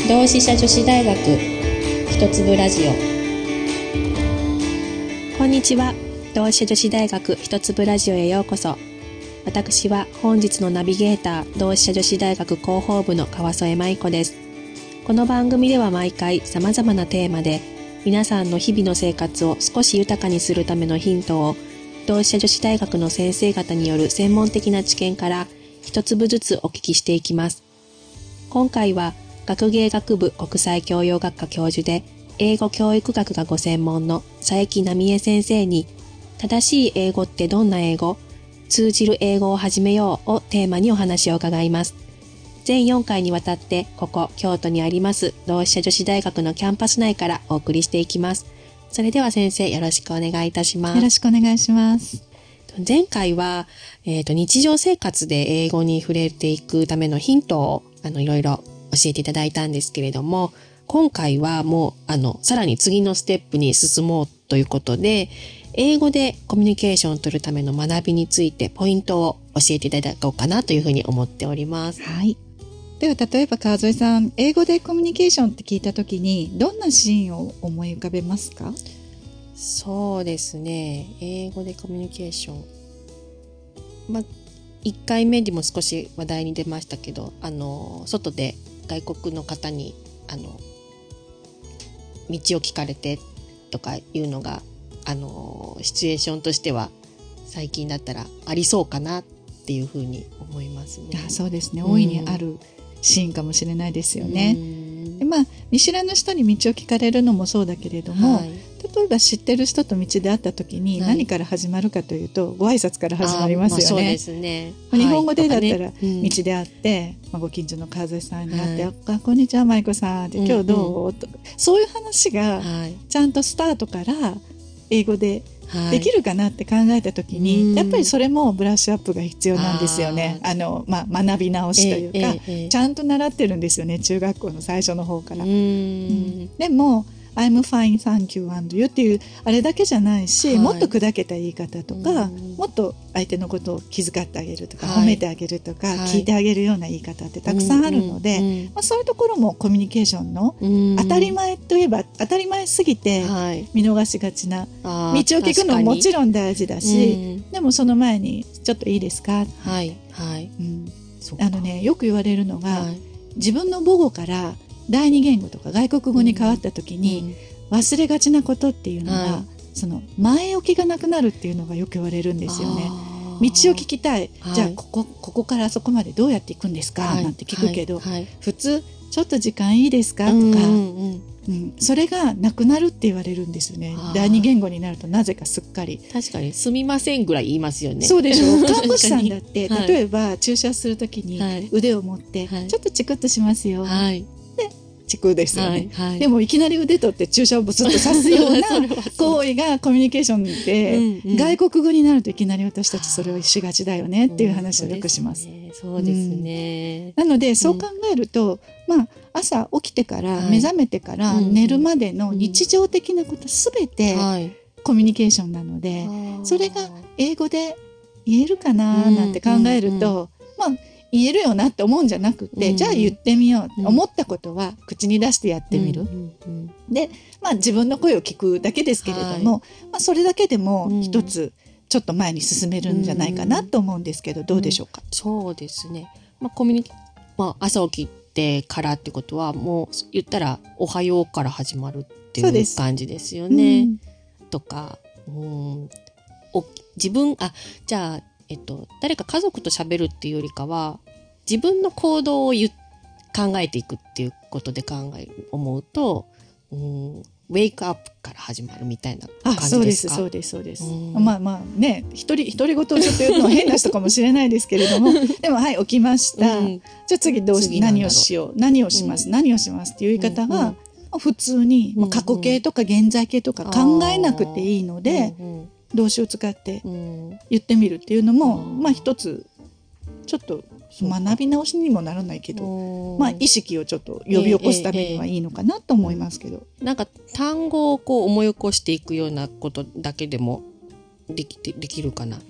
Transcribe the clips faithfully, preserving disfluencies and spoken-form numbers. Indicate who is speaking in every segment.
Speaker 1: 同志社女子大学一粒ラジオ。こんにちは。同志社女子大学一粒ラジオへようこそ。私は本日のナビゲーター、同志社女子大学広報部の川添舞子です。この番組では毎回様々なテーマで皆さんの日々の生活を少し豊かにするためのヒントを同志社女子大学の先生方による専門的な知見から一粒ずつお聞きしていきます。今回は学芸学部国際教養学科教授で英語教育学がご専門の佐伯奈美恵先生に、正しい英語ってどんな英語？通じる英語を始めようをテーマにお話を伺います。全よんかいにわたってここ京都にあります同志社女子大学のキャンパス内からお送りしていきます。それでは先生、よろしくお願いいたします。
Speaker 2: よろしくお願いします。
Speaker 1: 前回は、えーと、日常生活で英語に触れていくためのヒントをあのいろいろ教えていただいたんですけれども、今回はもうあのさらに次のステップに進もうということで、英語でコミュニケーションを取るための学びについてポイントを教えていただこうかなというふうに思っております。
Speaker 2: はい。では例えば川添さん、英語でコミュニケーションって聞いたときにどんなシーンを思い浮かべますか？
Speaker 1: そうですね。英語でコミュニケーション。まあ、いっかいめでも少し話題に出ましたけど、あの外で外国の方にあの道を聞かれてとかいうのがあのシチュエーションとしては最近だったらありそうかなっていうふうに思いますね。
Speaker 2: あ、そうですね。大いにあるシーンかもしれないですよね。で、まあ、見知らぬ人に道を聞かれるのもそうだけれども、はい、例えば知ってる人と道で会った時に何から始まるかというと、はい、ご挨拶から始まりますよね。
Speaker 1: そうですね。
Speaker 2: 日本語でだったら道で会って、はい、まあ、ご近所の川添さんに会って、はい、あ、こんにちは舞子さんって、今日どう、うんうん、とそういう話がちゃんとスタートから英語でできるかなって考えた時に、はい、やっぱりそれもブラッシュアップが必要なんですよね。あの、まあ、学び直しというか、えええ、ちゃんと習ってるんですよね、中学校の最初の方から。うん、うん、でもI'm fine, thank you, and you っていうあれだけじゃないし、はい、もっと砕けた言い方とか、もっと相手のことを気遣ってあげるとか、はい、褒めてあげるとか、はい、聞いてあげるような言い方ってたくさんあるので、うんうん、まあ、そういうところもコミュニケーションの当たり前といえば当たり前すぎて見逃しがちな、はい、道を聞くのももちろん大事だし、でもその前にちょっといいですか、はいはいうん、あのね、よく言われるのが、はい、自分の母語から第二言語とか外国語に変わった時に忘れがちなことっていうのが、はい、その前置きがなくなるっていうのがよく言われるんですよね。道を聞きたい、はい、じゃあここ、ここからあそこまでどうやって行くんですか、はい、なんて聞くけど、はいはい、普通ちょっと時間いいですかとか、うんうんうん、それがなくなるって言われるんですよね。第二言語になるとなぜかすっかり。
Speaker 1: 確かにすみませんぐらい言いますよね。
Speaker 2: そうでしょう。看護師さんだって例えば注射するときに腕を持って、はい、ちょっとチクッとしますよ、はい、チクですよね、はいはい、でもいきなり腕取って注射をブスッと刺すような行為がコミュニケーションで、うんうん、外国語になるといきなり私たちそれをしがちだよねっていう話をよくします。
Speaker 1: そうですね、
Speaker 2: うん、なのでそう考えると、うん、まあ朝起きてから、はい、目覚めてから寝るまでの日常的なことすべてコミュニケーションなので、はい、それが英語で言えるかななんて考えると、うんうんうん、まあ言えるよなって思うんじゃなくて、うん、じゃあ言ってみよう、うん、思ったことは口に出してやってみる、うんうんうん、で、まあ、自分の声を聞くだけですけれども、はい、まあ、それだけでも一つちょっと前に進めるんじゃないかなと思うんですけど、どうでしょうか。
Speaker 1: うん、そうですね、まあコミュニケまあ、朝起きてからってことはもう言ったらおはようから始まるっていう感じですよね、うん、とか、うん、お自分あじゃあえっと、誰か家族と喋るっていうよりかは自分の行動を考えていくっていうことで考え思うと、うん、ウェイクアップから始まるみたいな感じですか。あ、そうですそうですそうです、うん、まあまあね、一人独り言をちょっと言うのは変な人かもしれないですけれどもでもはい起きました、うん、じゃあ次どうし何をしよう何をします、うん、何をしますっていう言い方が、うんうん、普通に、まあ、過去形とか現在形とか考えなくていいので、うんうん、動詞を使って言ってみるっていうのも、うん、まあ一つちょっと学び直しにもならないけど、まあ意識をちょっと呼び起こすためにはいいのかなと思いますけど、ええええ、なんか単語をこう思い起こしていくようなことだけでもできてできるかな。なんか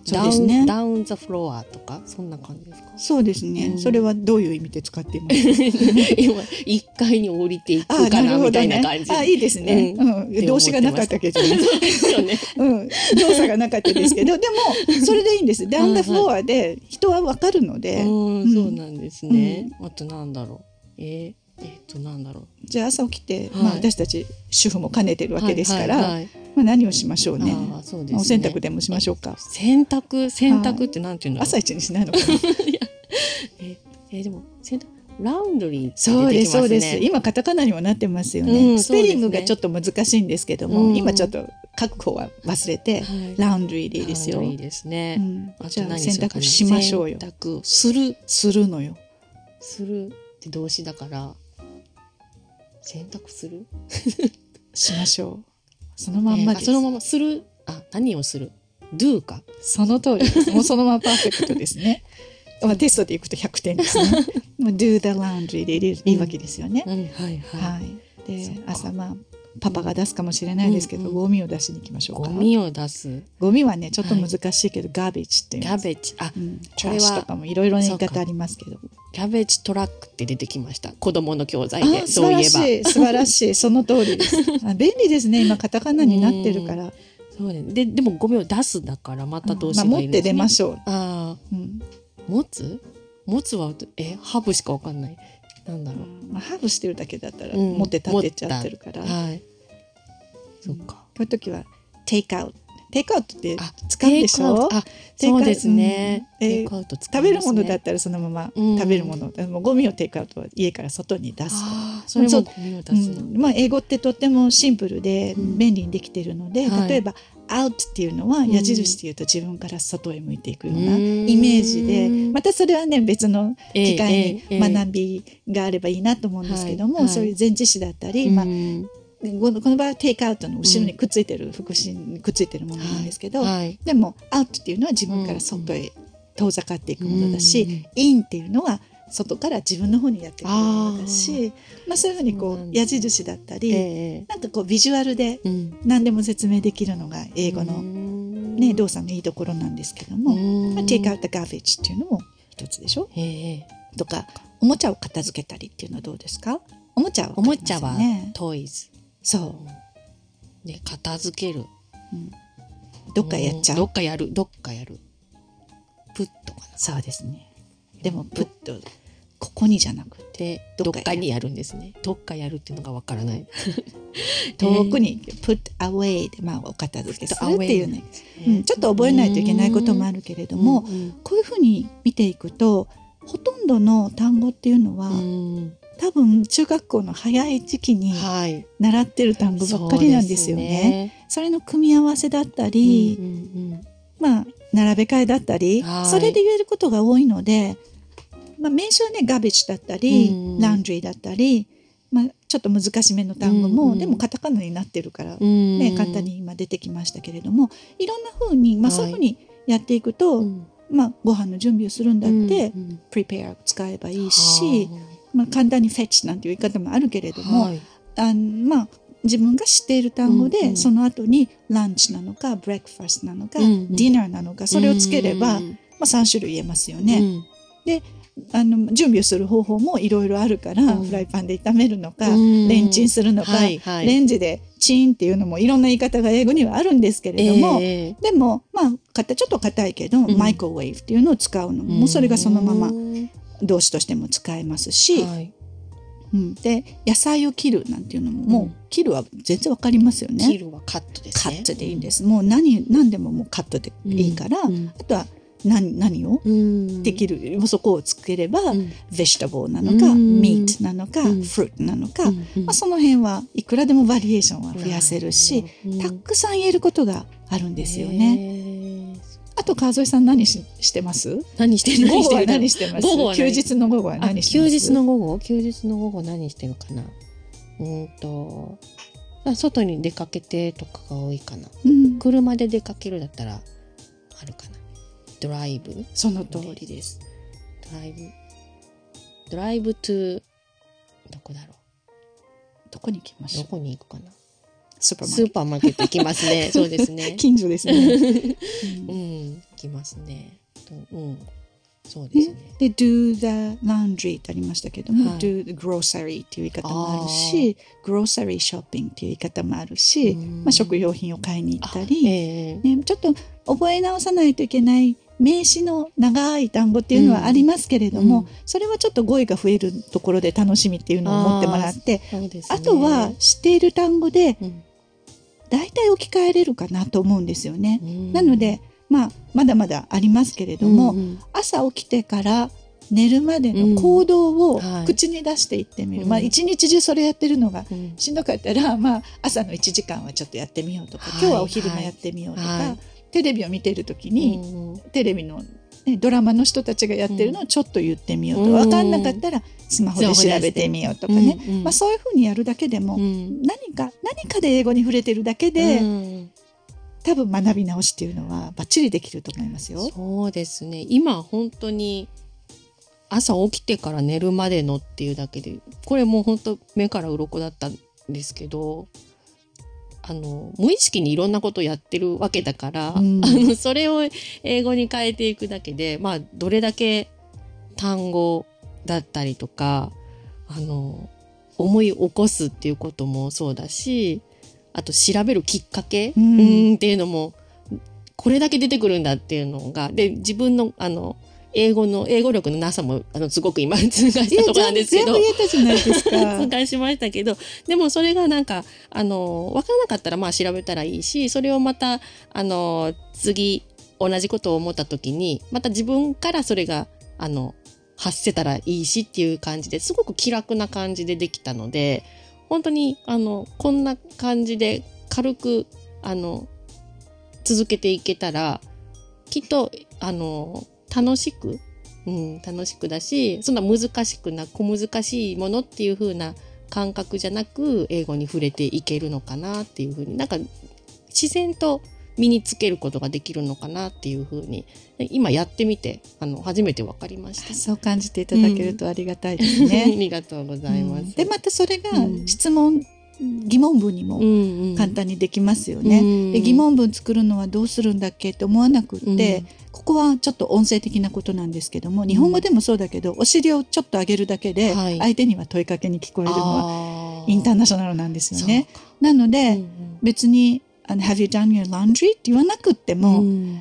Speaker 2: そうですね。
Speaker 1: ダウンザフロアとかそんな感じですか？
Speaker 2: そうですね、うん、それはどういう意味で使っています
Speaker 1: 今いっかいに降りていくかなみたいな感じ。
Speaker 2: あ、いいですね、うんうん、動詞がなかったけどねうん、動作がなかったですけどでもそれでいいんです。ダウンザフロアで人はわかるので、
Speaker 1: うん、そうなんですね、うん、あとなんだろう、えーえー、となんだろう
Speaker 2: じゃあ朝起きて、はい、まあ、私たち主婦も兼ねてるわけですから、はいはいはい、まあ、何をしましょうね。あ、そうですね、お洗濯でもしましょうか。
Speaker 1: 洗濯洗濯ってなんていうんだろう、
Speaker 2: 朝一にしないのかないや
Speaker 1: ええー、でも洗濯ラウンドリーって出てきますね。
Speaker 2: そうですそうです。今カタカナにもなってますよね、うん、スペリングがちょっと難しいんですけども、うん、今ちょっと書く方は忘れて、はい、ラウンドリーでいいですよ。
Speaker 1: ラウンドリーですね、うん、
Speaker 2: あと何洗濯しましょうよ。
Speaker 1: 洗濯する
Speaker 2: するのよ。
Speaker 1: するって動詞だから洗濯する
Speaker 2: しましょう。そのまんまです、
Speaker 1: えー、そのままする。あ、何をする do か。
Speaker 2: その通りですもうそのままパーフェクトですねまあテストでいくとひゃくてんですねdo the laundry でいいわけですよね、うんうん、はいはい、はい、で朝まあパパが出すかもしれないですけど、うんうん、ゴミを出しに行きましょうか。
Speaker 1: ゴミを出す。
Speaker 2: ゴミはねちょっと難しいけど、はい、ガーベージっていう
Speaker 1: ガーベージ、あ、
Speaker 2: うん、トラッシュとかもいろいろな言い方ありますけど、
Speaker 1: ガーベージトラックって出てきました。子供の教材で。そういえば
Speaker 2: 素晴らしい素晴らしいその通りですあ便利ですね。今カタカナになってるから。
Speaker 1: そうね、で, でもゴミを出すだからまた動詞がいるんですね、
Speaker 2: まあ、持って出ましょう。
Speaker 1: あ、うん、持つ持つはえハブしかわかんない。なんだろう、
Speaker 2: うんまあ、ハブしてるだけだったら、うん、持って立てちゃってるから、はい、
Speaker 1: そっか、
Speaker 2: こういう時はテイクアウトテイクアウトって使うでしょ。
Speaker 1: あ、そうですね、
Speaker 2: うん、えー、食べるものだったらそのまま食べるもの、うん、もうゴミをテイクアウトは家から外に出す。
Speaker 1: あ、それもゴミを出すの、
Speaker 2: うん、まあ、英語ってとってもシンプルで便利にできているので、うん、例えば、はい、アウトっていうのは矢印っていうと自分から外へ向いていくようなイメージで、またそれはね別の機会に学びがあればいいなと思うんですけども、そういう前置詞だったり、まあこの場合はテイクアウトの後ろにくっついてる、うん、副詞にくっついてるものなんですけど、はいはい、でもアウトっていうのは自分から外へ遠ざかっていくものだし、うん、インっていうのは外から自分の方にやってくるものだし、まあ、そういうふうにこう矢印だったり、えー、なんかこうビジュアルで何でも説明できるのが英語の、ね、動作のいいところなんですけども、まあ、take out the garbage っていうのも一つでしょ、えー、とかおもちゃを片付けたりっていうのはどうですか。おもちゃは、ね、
Speaker 1: おもちゃはトイズ。
Speaker 2: そう、
Speaker 1: ね、片付ける、
Speaker 2: うん、どっかやっちゃう、
Speaker 1: どっかやるどっかやるプットかな。
Speaker 2: そうですね。でもプットここにじゃなくて
Speaker 1: どっかにやるんですね。どっかやるっていうのがわからない
Speaker 2: 遠くに put away で、まあ、お片付けするっていうね、うん、ちょっと覚えないといけないこともあるけれども、うんうん、こういうふうに見ていくとほとんどの単語っていうのは、うん、多分中学校の早い時期に習ってる単語ばっかりなんですよね。はい、 そ, ねそれの組み合わせだったり、うんうんうん、まあ並べ替えだったり、それで言えることが多いので、まあ、名詞はねガベージだったり、うん、ランドリーだったり、まあ、ちょっと難しめの単語も、うんうん、でもカタカナになってるから、ね、うん、簡単に今出てきましたけれども、いろんな風に、まあ、そういう風にやっていくと、はい、まあ、ご飯の準備をするんだって、うんうん、prepare を使えばいいし、まあ、簡単に fetch なんていう言い方もあるけれども、はい、あまあ自分が知っている単語で、うんうん、その後にランチなのかブレックファストなのか、うんうん、ディナーなのか、それをつければ、うんうん、まあ、さん種類言えますよね。うん、であの準備をする方法もいろいろあるから、うん、フライパンで炒めるのか、うん、レンチンするのか、はいはい、レンジでチーンっていうのもいろんな言い方が英語にはあるんですけれども、えー、でもまあちょっと硬いけど、うん、マイクロウェーブっていうのを使うのも、うん、それがそのまま動詞としても使えますし、はい、うん、で野菜を切るなんていうのも、もう切るは全然わかりますよね。
Speaker 1: 切るはカットですね。
Speaker 2: カットでいいんです、うん、もう 何, 何でももうカットでいいから、うん、あとは何, 何をできる、うん、そこをつければ、うん、ベジタブルなのか、うん、ミートなのか、うん、フルーツなのか、うんまあ、その辺はいくらでもバリエーションは増やせるし、うん、たくさん言えることがあるんですよね。あと川添さん何 し, してます
Speaker 1: 何してる
Speaker 2: 午後は何してます午後は休日の午後は何してます
Speaker 1: 休日の午後休日の午後何してるかな。うんと外に出かけてとかが多いかな、うん、車で出かけるだったらあるかな。ドライブ、
Speaker 2: その通りです。
Speaker 1: ドライブドライブトゥどこだろう
Speaker 2: どこに行きましょう。
Speaker 1: どこに行くかな。
Speaker 2: スーパーマーケット。
Speaker 1: スーパーマーケット行きますね。そうですね。
Speaker 2: 近所ですね。
Speaker 1: うん、行きますね。うん、そうですね。
Speaker 2: で、do the laundry ってありましたけども、はい、do the grocery っていう言い方もあるし、grocery shopping っていう言い方もあるし、まあ、食料品を買いに行ったり、えーね、ちょっと覚え直さないといけない名詞の長い単語っていうのはありますけれども、うん、それはちょっと語彙が増えるところで楽しみっていうのを持ってもらって、あ、ね、あとは知っている単語で、うん、大体置き換えれるかなと思うんですよね。うん、なので、まあ、まだまだありますけれども、うんうん、朝起きてから寝るまでの行動を口に出していってみる、うん、はい、まあ、一日中それやってるのがしんどかったら、まあ、朝のいちじかんはちょっとやってみようとか、はい、今日はお昼間やってみようとか、はい、テレビを見ている時に、うん、テレビの、ね、ドラマの人たちがやってるのをちょっと言ってみようと、うん、分かんなかったらスマホで調べてみようとかね、うんうん、まあ、そういうふうにやるだけでも、うん、何か何かで英語に触れてるだけで、うん、多分学び直しっていうのはバッチリできると思いますよ。
Speaker 1: そうですね。今本当に朝起きてから寝るまでのっていうだけで、これもう本当目から鱗だったんですけど、あの無意識にいろんなことをやってるわけだから、うん、あのそれを英語に変えていくだけで、まあどれだけ単語だったりとか、あの思い起こすっていうこともそうだし、あと調べるきっかけ、うん、うんっていうのもこれだけ出てくるんだっていうのが、で自分のあの英語の英語力のなさもあのすごく今痛感したところなんですけど、
Speaker 2: 全部言えたじゃないですか。
Speaker 1: 痛感しましたけど、でもそれがなんかあの分からなかったらまあ調べたらいいし、それをまたあの次同じことを思った時にまた自分からそれがあの発せたらいいしっていう感じで、すごく気楽な感じでできたので、本当にあのこんな感じで軽くあの続けていけたらきっとあの楽しく、うん、楽しくだし、そんな難しくな小難しいものっていう風な感覚じゃなく英語に触れていけるのかなっていう風に、なんか自然と身につけることができるのかなっていう風に今やってみてあの初めて分かりました。
Speaker 2: そう感じていただけるとありがたいですね。
Speaker 1: うん、ありがとうございます。うん、
Speaker 2: でまたそれが質問、うん、疑問文にも簡単にできますよね。うんうん、で疑問文作るのはどうするんだっけって思わなくって、うん、ここはちょっと音声的なことなんですけども、日本語でもそうだけど、うん、お尻をちょっと上げるだけで相手には問いかけに聞こえるのはインターナショナルなんですよね。なので、うんうん、別にあの Have you done your laundry? って言わなくっても、うん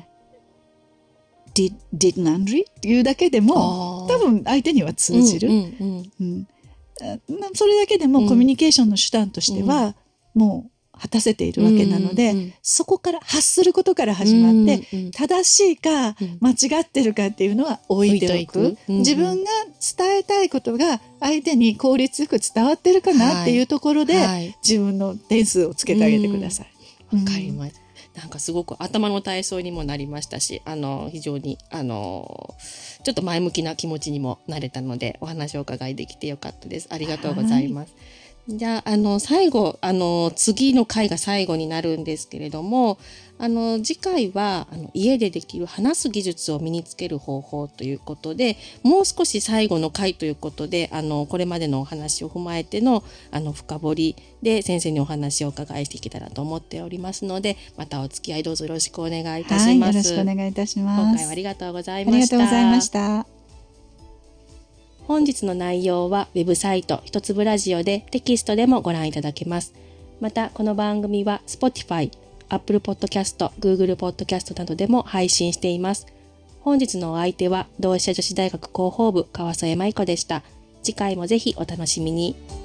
Speaker 2: 、did, did laundry? っていうだけでも多分相手には通じる、うんうんうん、それだけでもコミュニケーションの手段としてはもう果たせているわけなので、うんうんうん、そこから発することから始まって、うんうん、正しいか間違ってるかっていうのは置いておく、うんうん、自分が伝えたいことが相手に効率よく伝わってるかなっていうところで、はいはい、自分の点数をつけてあげてください。
Speaker 1: わ、うん、かりました。なんかすごく頭の体操にもなりましたし、あの非常にあのちょっと前向きな気持ちにもなれたので、お話を伺いできてよかったです。ありがとうございます。じゃあ、あの最後あの次の回が最後になるんですけれども、あの次回はあの家でできる話す技術を身につける方法ということで、もう少し最後の回ということで、あのこれまでのお話を踏まえてのあの深掘りで先生にお話をお伺いしていけたらと思っておりますので、またお付き合いどうぞよろしくお願いいたします。はい、よ
Speaker 2: ろしくお願いいたします。
Speaker 1: 今回はありがとうございました。
Speaker 2: ありがとうございました。
Speaker 1: 本日の内容はウェブサイト一粒ラジオでテキストでもご覧いただけます。またこの番組は Spotify、Apple Podcast、Google Podcast などでも配信しています。本日のお相手は同志社女子大学広報部川添舞子でした。次回もぜひお楽しみに。